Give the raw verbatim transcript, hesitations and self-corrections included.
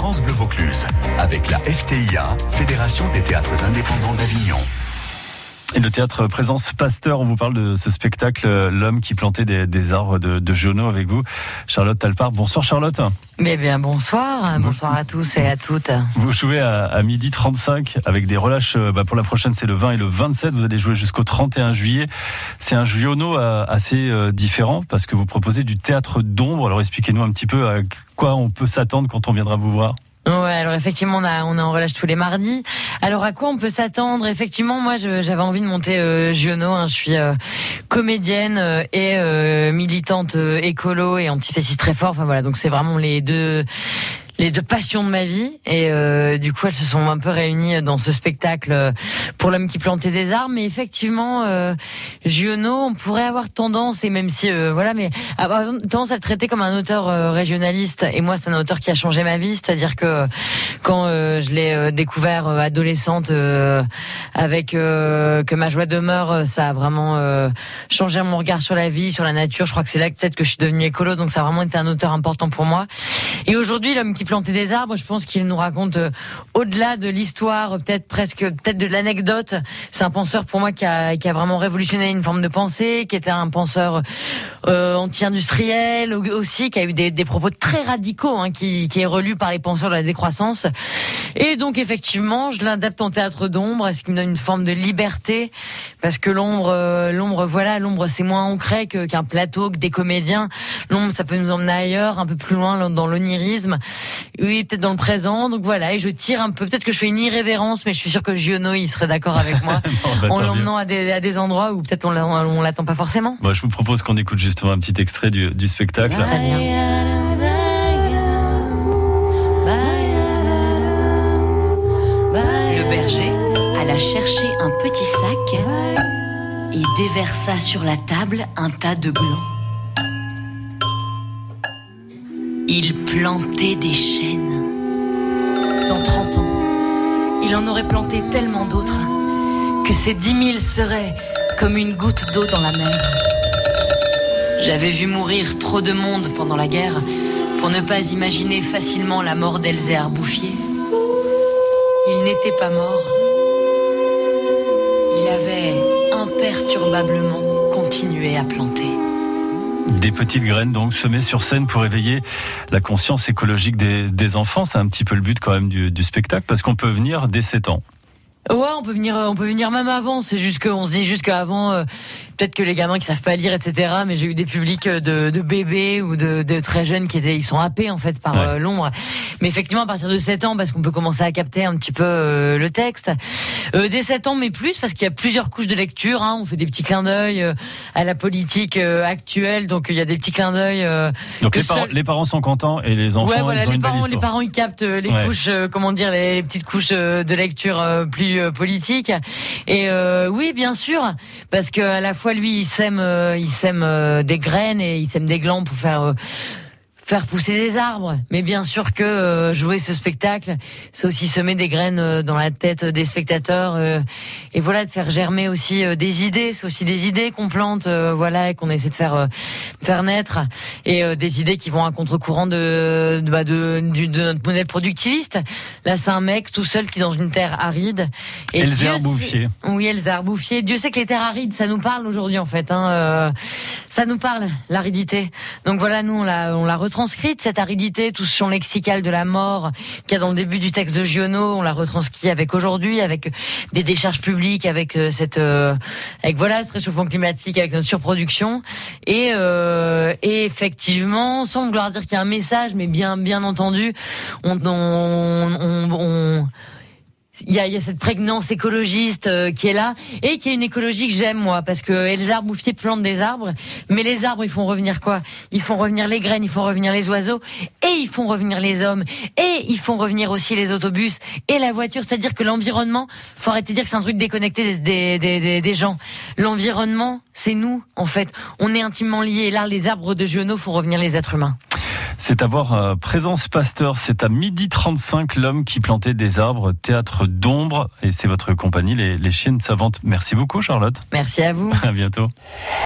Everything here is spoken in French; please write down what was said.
France Bleu Vaucluse, avec la F T I A, Fédération des théâtres indépendants d'Avignon. Et le théâtre Présence Pasteur, on vous parle de ce spectacle, L'homme qui plantait des, des arbres de, de Giono avec vous. Charlotte Talpart. Bonsoir Charlotte. Mais bien bonsoir, bonsoir à tous et à toutes. Vous jouez à, à midi trente-cinq avec des relâches, bah pour la prochaine c'est le vingt et le vingt-sept, vous allez jouer jusqu'au trente et un juillet. C'est un Giono assez différent parce que vous proposez du théâtre d'ombre. Alors expliquez-nous un petit peu à quoi on peut s'attendre quand on viendra vous voir. Ouais, alors effectivement, on a on est en relâche tous les mardis. Alors à quoi on peut s'attendre? Effectivement, moi, je, j'avais envie de monter euh, Giono. Hein, je suis euh, comédienne euh, et euh, militante euh, écolo et antifasciste très fort. Enfin voilà, donc c'est vraiment les deux. les deux passions de ma vie et euh, du coup elles se sont un peu réunies dans ce spectacle pour l'homme qui plantait des arbres. Mais effectivement euh, Giono, on pourrait avoir tendance, et même si euh, voilà, mais avoir tendance à le traiter comme un auteur euh, régionaliste, et moi c'est un auteur qui a changé ma vie. C'est-à-dire que quand euh, je l'ai euh, découvert euh, adolescente euh, avec euh, Que ma joie demeure, ça a vraiment euh, changé mon regard sur la vie, sur la nature. Je crois que c'est là que peut-être que je suis devenue écolo, donc ça a vraiment été un auteur important pour moi. Et aujourd'hui, l'homme qui planter des arbres, je pense qu'il nous raconte euh, au-delà de l'histoire, peut-être presque peut-être de l'anecdote. C'est un penseur pour moi qui a, qui a vraiment révolutionné une forme de pensée, qui était un penseur euh, anti-industriel aussi, qui a eu des, des propos très radicaux, hein, qui, qui est relu par les penseurs de la décroissance. Et donc effectivement, je l'adapte en théâtre d'ombre, ce qui me donne une forme de liberté, parce que l'ombre, euh, l'ombre, voilà, l'ombre c'est moins ancré que, qu'un plateau, que des comédiens. L'ombre, ça peut nous emmener ailleurs, un peu plus loin dans l'onirisme. Oui, peut-être dans le présent. Donc voilà, et je tire un peu. Peut-être que je fais une irrévérence, mais je suis sûr que Giono, il serait d'accord avec moi, bon, bah, en l'emmenant à des, à des endroits où peut-être on, on l'attend pas forcément. Bon, je vous propose qu'on écoute justement un petit extrait du, du spectacle. Très bien. Le berger alla chercher un petit sac et déversa sur la table un tas de glands. Il plantait des chênes. Dans trente ans, il en aurait planté tellement d'autres que ces dix mille seraient comme une goutte d'eau dans la mer. J'avais vu mourir trop de monde pendant la guerre pour ne pas imaginer facilement la mort d'Elzéar Bouffier. Il n'était pas mort. Il avait imperturbablement continué à planter. Des petites graines donc semées sur scène pour éveiller la conscience écologique des, des enfants. C'est un petit peu le but quand même du, du spectacle, parce qu'on peut venir dès sept ans. Ouais, on peut venir, on peut venir même avant. C'est juste qu'on se dit juste qu'avant, euh, peut-être que les gamins qui savent pas lire, et cetera. Mais j'ai eu des publics de, de bébés ou de, de très jeunes qui étaient, ils sont happés en fait par ouais. euh, l'ombre. Mais effectivement, à partir de sept ans, parce qu'on peut commencer à capter un petit peu euh, le texte. Euh, dès sept ans, mais plus, parce qu'il y a plusieurs couches de lecture. Hein. On fait des petits clins d'œil euh, à la politique euh, actuelle, donc il y a des petits clins d'œil. Euh, donc les, seul... par- les parents sont contents et les enfants, ouais, voilà, ils ont les une parents, belle histoire. Les parents, ils captent les ouais. couches, euh, comment dire, les, les petites couches euh, de lecture euh, plus euh, politiques. Et euh, oui, bien sûr, parce que à la fois lui, il sème, euh, il sème euh, des graines et il sème des glands pour faire euh, faire pousser des arbres. Mais bien sûr que euh, jouer ce spectacle, c'est aussi semer des graines euh, dans la tête des spectateurs, euh, et voilà, de faire germer aussi euh, des idées. C'est aussi des idées qu'on plante, euh, voilà, et qu'on essaie de faire euh, faire naître, et euh, des idées qui vont à contre-courant de de, bah, de, de, de notre modèle productiviste. Là, c'est un mec tout seul qui est dans une terre aride. Et Elzéar Bouffier. Oui, Elzéar Bouffier. Dieu sait que les terres arides, ça nous parle aujourd'hui en fait. Hein, euh, ça nous parle, l'aridité. Donc voilà, nous on l'a on l'a retranscrite, cette aridité, tout ce champ lexical de la mort qu'il y a dans le début du texte de Giono, on l'a retranscrit avec aujourd'hui, avec des décharges publiques, avec cette, euh, avec voilà, ce réchauffement climatique, avec notre surproduction, et euh, et effectivement, sans vouloir dire qu'il y a un message, mais bien bien entendu, on on on, on Il y, a, il y a cette prégnance écologiste euh, qui est là, et qui est une écologie que j'aime moi, parce que Elzéar Bouffier plante des arbres, mais les arbres ils font revenir quoi? Ils font revenir les graines, ils font revenir les oiseaux, et ils font revenir les hommes, et ils font revenir aussi les autobus et la voiture. C'est-à-dire que l'environnement, faut arrêter de dire que c'est un truc déconnecté des, des, des, des gens. L'environnement, c'est nous en fait. On est intimement liés. Et là, les arbres de Giono font revenir les êtres humains. C'est à voir euh, Présence Pasteur, c'est à midi trente-cinq, l'homme qui plantait des arbres, théâtre d'ombre, et c'est votre compagnie, les, les Chiennes Savantes. Merci beaucoup Charlotte. Merci à vous. À bientôt.